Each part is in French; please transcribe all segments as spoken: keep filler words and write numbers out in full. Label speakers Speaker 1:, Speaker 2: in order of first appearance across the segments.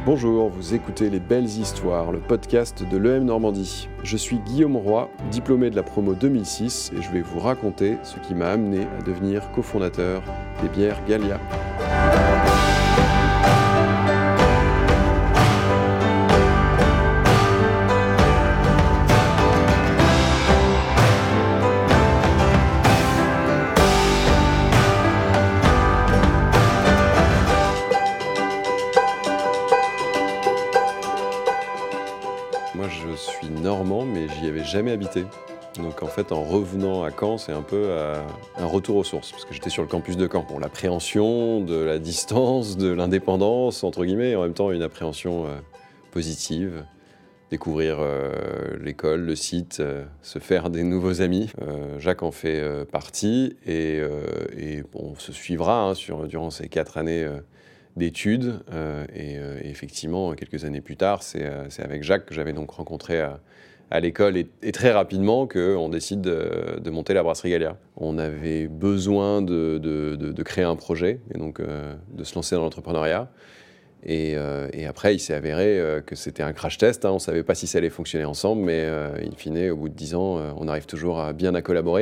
Speaker 1: Bonjour, vous écoutez Les Belles Histoires, le podcast de l'E M Normandie. Je suis Guillaume Roy, diplômé de la promo deux mille six et je vais vous raconter ce qui m'a amené à devenir cofondateur des bières Gallia. Moi, je suis normand, mais j'y avais jamais habité. Donc en fait, en revenant à Caen, c'est un peu à- un retour aux sources, parce que j'étais sur le campus de Caen. Bon, l'appréhension de la distance, de l'indépendance, entre guillemets, et en même temps une appréhension euh, positive. Découvrir euh, l'école, le site, euh, se faire des nouveaux amis. Euh, Jacques en fait euh, partie, et, euh, et bon, on se suivra hein, sur, durant ces quatre années euh, d'études. Euh, et, euh, et effectivement, quelques années plus tard, c'est, euh, c'est avec Jacques que j'avais donc rencontré à, à l'école et, et très rapidement qu'on décide de, de monter la brasserie Gallia. On avait besoin de, de, de, de créer un projet et donc euh, de se lancer dans l'entrepreneuriat. Et, euh, et après, il s'est avéré euh, que c'était un crash test. Hein. On ne savait pas si ça allait fonctionner ensemble, mais euh, in fine, au bout de dix ans, euh, on arrive toujours à bien à collaborer.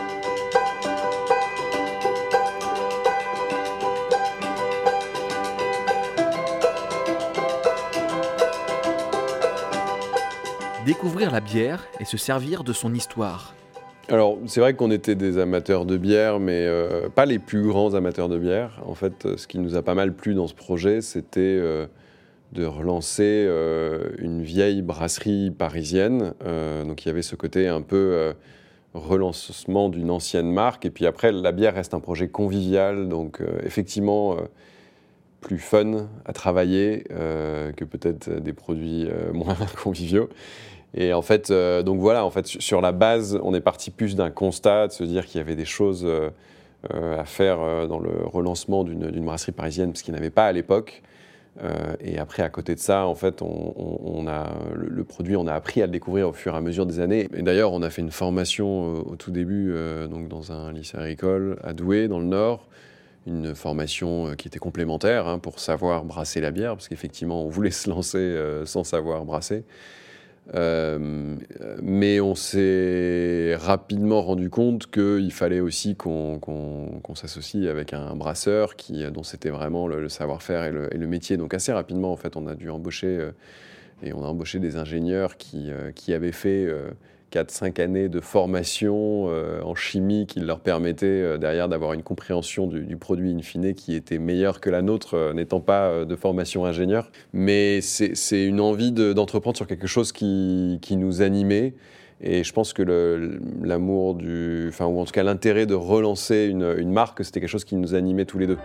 Speaker 2: Découvrir la bière et se servir de son histoire.
Speaker 1: Alors, c'est vrai qu'on était des amateurs de bière, mais euh, pas les plus grands amateurs de bière. En fait, ce qui nous a pas mal plu dans ce projet, c'était euh, de relancer euh, une vieille brasserie parisienne. Euh, donc, il y avait ce côté un peu euh, relancement d'une ancienne marque. Et puis après, la bière reste un projet convivial, donc euh, effectivement euh, plus fun à travailler euh, que peut-être des produits euh, moins conviviaux. Et en fait, euh, donc voilà, en fait, sur la base, on est parti plus d'un constat, de se dire qu'il y avait des choses euh, euh, à faire euh, dans le relancement d'une, d'une brasserie parisienne, parce qu'il n'y en avait pas à l'époque. Euh, et après, à côté de ça, en fait, on, on, on a, le, le produit, on a appris à le découvrir au fur et à mesure des années. Et d'ailleurs, on a fait une formation euh, au tout début, euh, donc dans un lycée agricole à Douai, dans le Nord, une formation euh, qui était complémentaire hein, pour savoir brasser la bière, parce qu'effectivement, on voulait se lancer euh, sans savoir brasser. Euh, mais on s'est rapidement rendu compte qu'il fallait aussi qu'on, qu'on, qu'on s'associe avec un brasseur qui, dont c'était vraiment le, le savoir-faire et le, et le métier. Donc assez rapidement, en fait, on a dû embaucher euh, et on a embauché des ingénieurs qui, euh, qui avaient fait euh, quatre cinq années de formation euh, en chimie qui leur permettait euh, derrière d'avoir une compréhension du, du produit in fine qui était meilleure que la nôtre, euh, n'étant pas euh, de formation ingénieur. Mais c'est, c'est une envie de, d'entreprendre sur quelque chose qui, qui nous animait. Et je pense que le, l'amour du... Enfin, ou en tout cas l'intérêt de relancer une, une marque, c'était quelque chose qui nous animait tous les deux.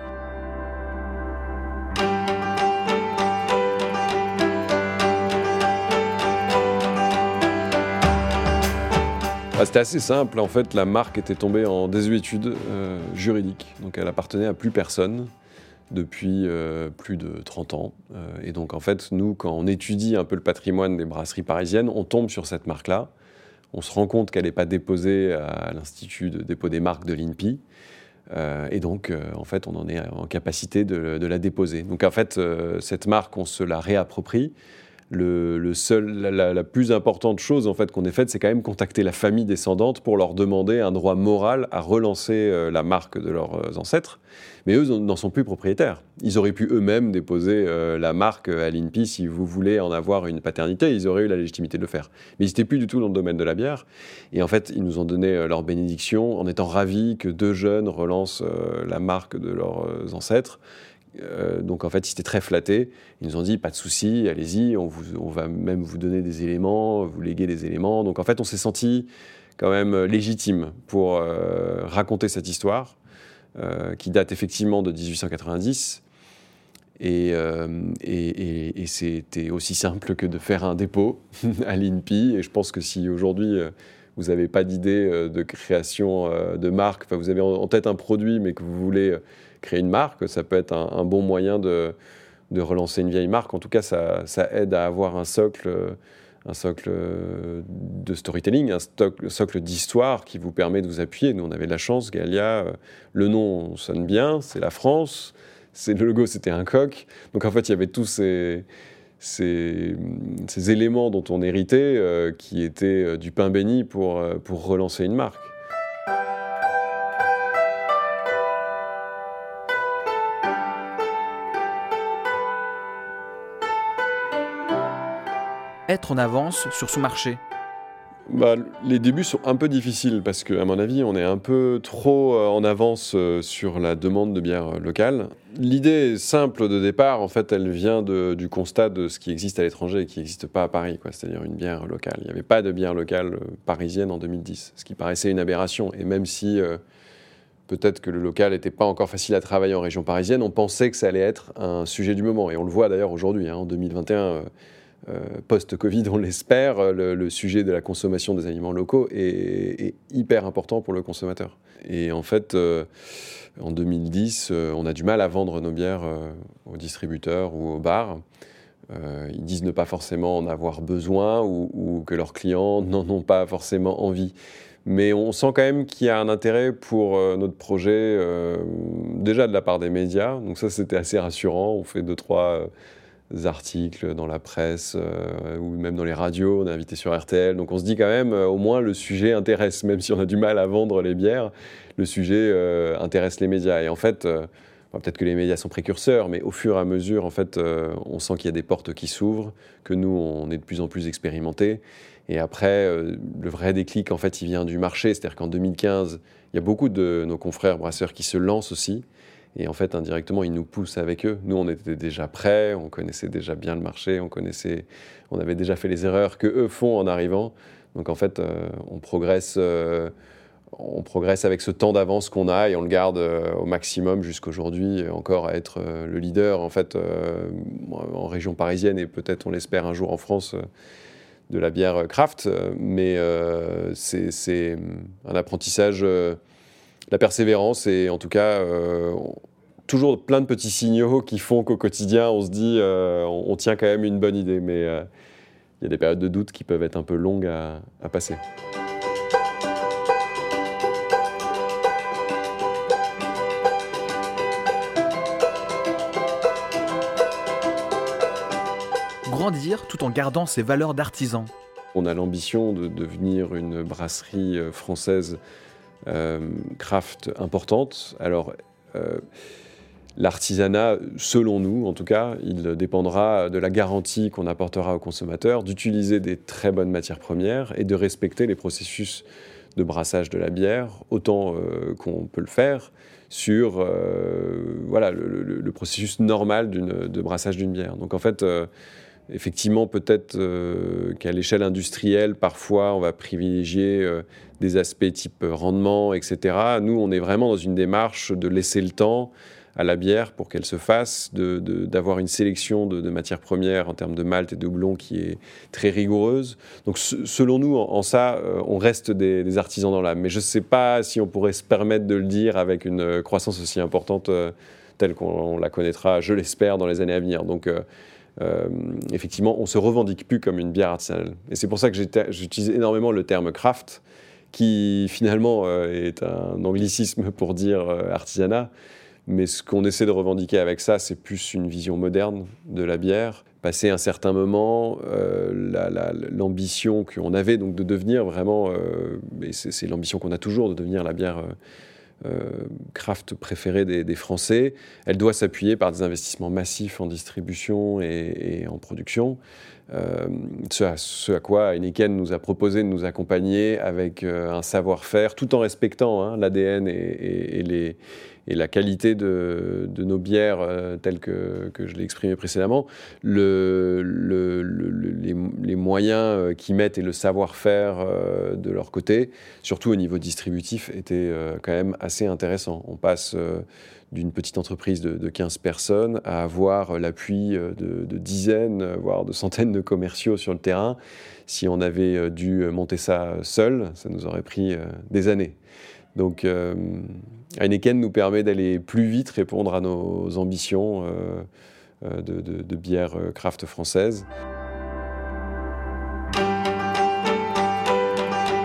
Speaker 1: Ah, c'était assez simple, en fait, la marque était tombée en désuétude euh, juridique, donc elle appartenait à plus personne depuis euh, plus de trente ans. Euh, et donc en fait, nous, quand on étudie un peu le patrimoine des brasseries parisiennes, on tombe sur cette marque-là, on se rend compte qu'elle n'est pas déposée à l'Institut de dépôt des marques de l'I N P I, euh, et donc euh, en fait, on en est en capacité de, de la déposer. Donc en fait, euh, cette marque, on se la réapproprie. Le, le seul, la, la, la plus importante chose en fait, qu'on ait faite, c'est quand même contacter la famille descendante pour leur demander un droit moral à relancer euh, la marque de leurs euh, ancêtres. Mais eux n'en sont plus propriétaires. Ils auraient pu eux-mêmes déposer euh, la marque à l'I N P I si vous voulez en avoir une paternité. Ils auraient eu la légitimité de le faire. Mais ils n'étaient plus du tout dans le domaine de la bière. Et en fait, ils nous ont donné euh, leur bénédiction en étant ravis que deux jeunes relancent euh, la marque de leurs euh, ancêtres. Euh, donc en fait, ils étaient très flattés. Ils nous ont dit, pas de souci, allez-y, on, vous, on va même vous donner des éléments, vous léguer des éléments. Donc en fait, on s'est senti quand même légitime pour euh, raconter cette histoire, euh, qui date effectivement de dix-huit cent quatre-vingt-dix. Et, euh, et, et, et c'était aussi simple que de faire un dépôt à l'I N P I. Et je pense que si aujourd'hui, euh, vous n'avez pas d'idée euh, de création euh, de marque, enfin vous avez en tête un produit, mais que vous voulez... Euh, créer une marque, ça peut être un, un bon moyen de, de relancer une vieille marque. En tout cas, ça, ça aide à avoir un socle, un socle de storytelling, un stock, socle d'histoire qui vous permet de vous appuyer. Nous, on avait de la chance, Gallia, le nom sonne bien, c'est la France, c'est, le logo, c'était un coq. Donc en fait, il y avait tous ces, ces, ces éléments dont on héritait euh, qui étaient euh, du pain béni pour, euh, pour relancer une marque.
Speaker 2: Être en avance sur son marché.
Speaker 1: Bah, les débuts sont un peu difficiles parce qu'à mon avis, on est un peu trop euh, en avance euh, sur la demande de bière locale. L'idée simple de départ, en fait, elle vient de, du constat de ce qui existe à l'étranger et qui n'existe pas à Paris, quoi, c'est-à-dire une bière locale. Il n'y avait pas de bière locale euh, parisienne en deux mille dix, ce qui paraissait une aberration. Et même si euh, peut-être que le local n'était pas encore facile à travailler en région parisienne, on pensait que ça allait être un sujet du moment. Et on le voit d'ailleurs aujourd'hui, hein, en deux mille vingt et un. Euh, Euh, post-Covid, on l'espère, le, le sujet de la consommation des aliments locaux est, est hyper important pour le consommateur. Et en fait, euh, en deux mille dix, euh, on a du mal à vendre nos bières euh, aux distributeurs ou aux bars. Euh, ils disent ne pas forcément en avoir besoin ou, ou que leurs clients n'en ont pas forcément envie. Mais on sent quand même qu'il y a un intérêt pour euh, notre projet, euh, déjà de la part des médias. Donc ça, c'était assez rassurant. On fait deux, trois... Euh, articles dans la presse euh, ou même dans les radios, on est invité sur R T L, donc on se dit quand même euh, au moins le sujet intéresse, même si on a du mal à vendre les bières, le sujet euh, intéresse les médias. Et en fait, euh, bon, peut-être que les médias sont précurseurs, mais au fur et à mesure, en fait, euh, on sent qu'il y a des portes qui s'ouvrent, que nous, on est de plus en plus expérimentés. Et après, euh, le vrai déclic, en fait, il vient du marché, c'est-à-dire qu'en deux mille quinze, il y a beaucoup de nos confrères brasseurs qui se lancent aussi. Et en fait, indirectement, ils nous poussent avec eux. Nous, on était déjà prêts, on connaissait déjà bien le marché, on connaissait, on avait déjà fait les erreurs que eux font en arrivant. Donc en fait, euh, on progresse, euh, on progresse avec ce temps d'avance qu'on a et on le garde euh, au maximum jusqu'aujourd'hui, encore à être euh, le leader en fait euh, en région parisienne et peut-être, on l'espère, un jour en France. Euh, de la bière craft, mais euh, c'est, c'est un apprentissage. Euh, La persévérance et en tout cas euh, toujours plein de petits signaux qui font qu'au quotidien on se dit euh, on, on tient quand même une bonne idée, mais il euh, y a des périodes de doute qui peuvent être un peu longues à, à passer.
Speaker 2: Grandir tout en gardant ses valeurs d'artisan.
Speaker 1: On a l'ambition de devenir une brasserie française Euh, craft importante. Alors, euh, l'artisanat, selon nous en tout cas, il dépendra de la garantie qu'on apportera aux consommateurs d'utiliser des très bonnes matières premières et de respecter les processus de brassage de la bière autant euh, qu'on peut le faire sur euh, voilà, le, le, le processus normal d'une, de brassage d'une bière. Donc en fait, euh, effectivement, peut-être euh, qu'à l'échelle industrielle, parfois, on va privilégier euh, des aspects type rendement, et cetera. Nous, on est vraiment dans une démarche de laisser le temps à la bière pour qu'elle se fasse, de, de, d'avoir une sélection de, de matières premières en termes de malt et de houblon qui est très rigoureuse. Donc, ce, selon nous, en, en ça, euh, on reste des, des artisans dans l'âme. Mais je ne sais pas si on pourrait se permettre de le dire avec une croissance aussi importante euh, telle qu'on la connaîtra, je l'espère, dans les années à venir. Donc, euh, Euh, effectivement, on ne se revendique plus comme une bière artisanale. Et c'est pour ça que j'utilise énormément le terme craft, qui finalement euh, est un anglicisme pour dire euh, artisanat. Mais ce qu'on essaie de revendiquer avec ça, c'est plus une vision moderne de la bière. Passé un certain moment, euh, la, la, l'ambition qu'on avait donc de devenir vraiment, euh, et c'est, c'est l'ambition qu'on a toujours, de devenir la bière euh, Euh, craft préférée des, des Français, elle doit s'appuyer par des investissements massifs en distribution et, et en production. Euh, ce, à, ce à quoi Heineken nous a proposé de nous accompagner avec euh, un savoir-faire, tout en respectant hein, l'A D N et, et, et, les, et la qualité de, de nos bières euh, telles que, que je l'ai exprimé précédemment. Le, le, le, les, les moyens qu'ils mettent et le savoir-faire euh, de leur côté, surtout au niveau distributif, étaient euh, quand même assez intéressants. On passe euh, d'une petite entreprise de, de quinze personnes à avoir l'appui de, de dizaines, voire de centaines de commerciaux sur le terrain. Si on avait dû monter ça seul, ça nous aurait pris des années. Donc euh, Heineken nous permet d'aller plus vite répondre à nos ambitions euh, de, de, de bière craft française.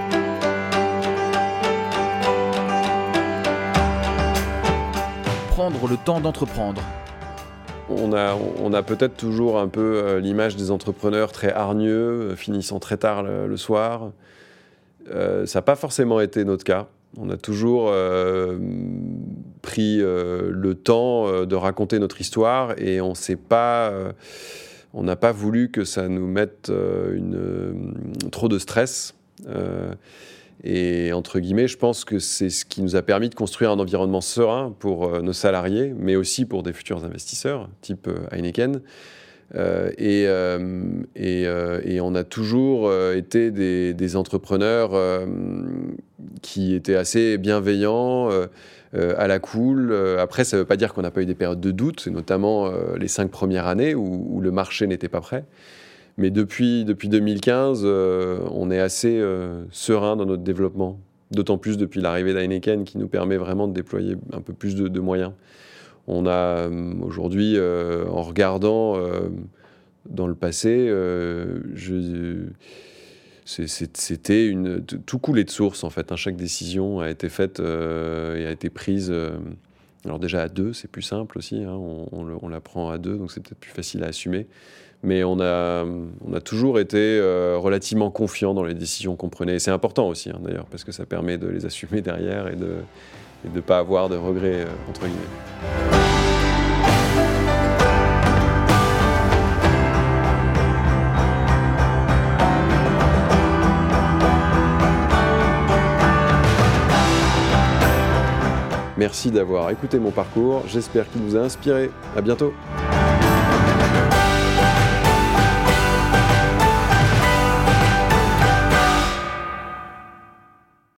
Speaker 2: Prendre prendre le temps d'entreprendre.
Speaker 1: On a, on a peut-être toujours un peu euh, l'image des entrepreneurs très hargneux, euh, finissant très tard le, le soir. Euh, ça n'a pas forcément été notre cas. On a toujours euh, pris euh, le temps euh, de raconter notre histoire et on s'est pas, euh, on n'a pas voulu que ça nous mette euh, une, euh, trop de stress. Euh, Et entre guillemets, je pense que c'est ce qui nous a permis de construire un environnement serein pour euh, nos salariés, mais aussi pour des futurs investisseurs, type euh, Heineken. Euh, et, euh, et, euh, et on a toujours euh, été des, des entrepreneurs euh, qui étaient assez bienveillants, euh, euh, à la cool. Euh, après, ça ne veut pas dire qu'on n'a pas eu des périodes de doute, notamment euh, les cinq premières années où, où le marché n'était pas prêt. Mais depuis, depuis deux mille quinze, euh, on est assez euh, serein dans notre développement. D'autant plus depuis l'arrivée d'Heineken qui nous permet vraiment de déployer un peu plus de, de moyens. On a euh, aujourd'hui, euh, en regardant euh, dans le passé, euh, je, c'est, c'est, c'était une, tout coulait de source en fait. Hein. Chaque décision a été faite euh, et a été prise. Euh, alors déjà à deux, c'est plus simple aussi. Hein. On, on, on la prend à deux, donc c'est peut-être plus facile à assumer. Mais on a, on a toujours été euh, relativement confiants dans les décisions qu'on prenait. Et c'est important aussi, hein, d'ailleurs, parce que ça permet de les assumer derrière et de et ne pas avoir de regrets, euh, entre guillemets. Merci d'avoir écouté mon parcours. J'espère qu'il vous a inspiré. À bientôt.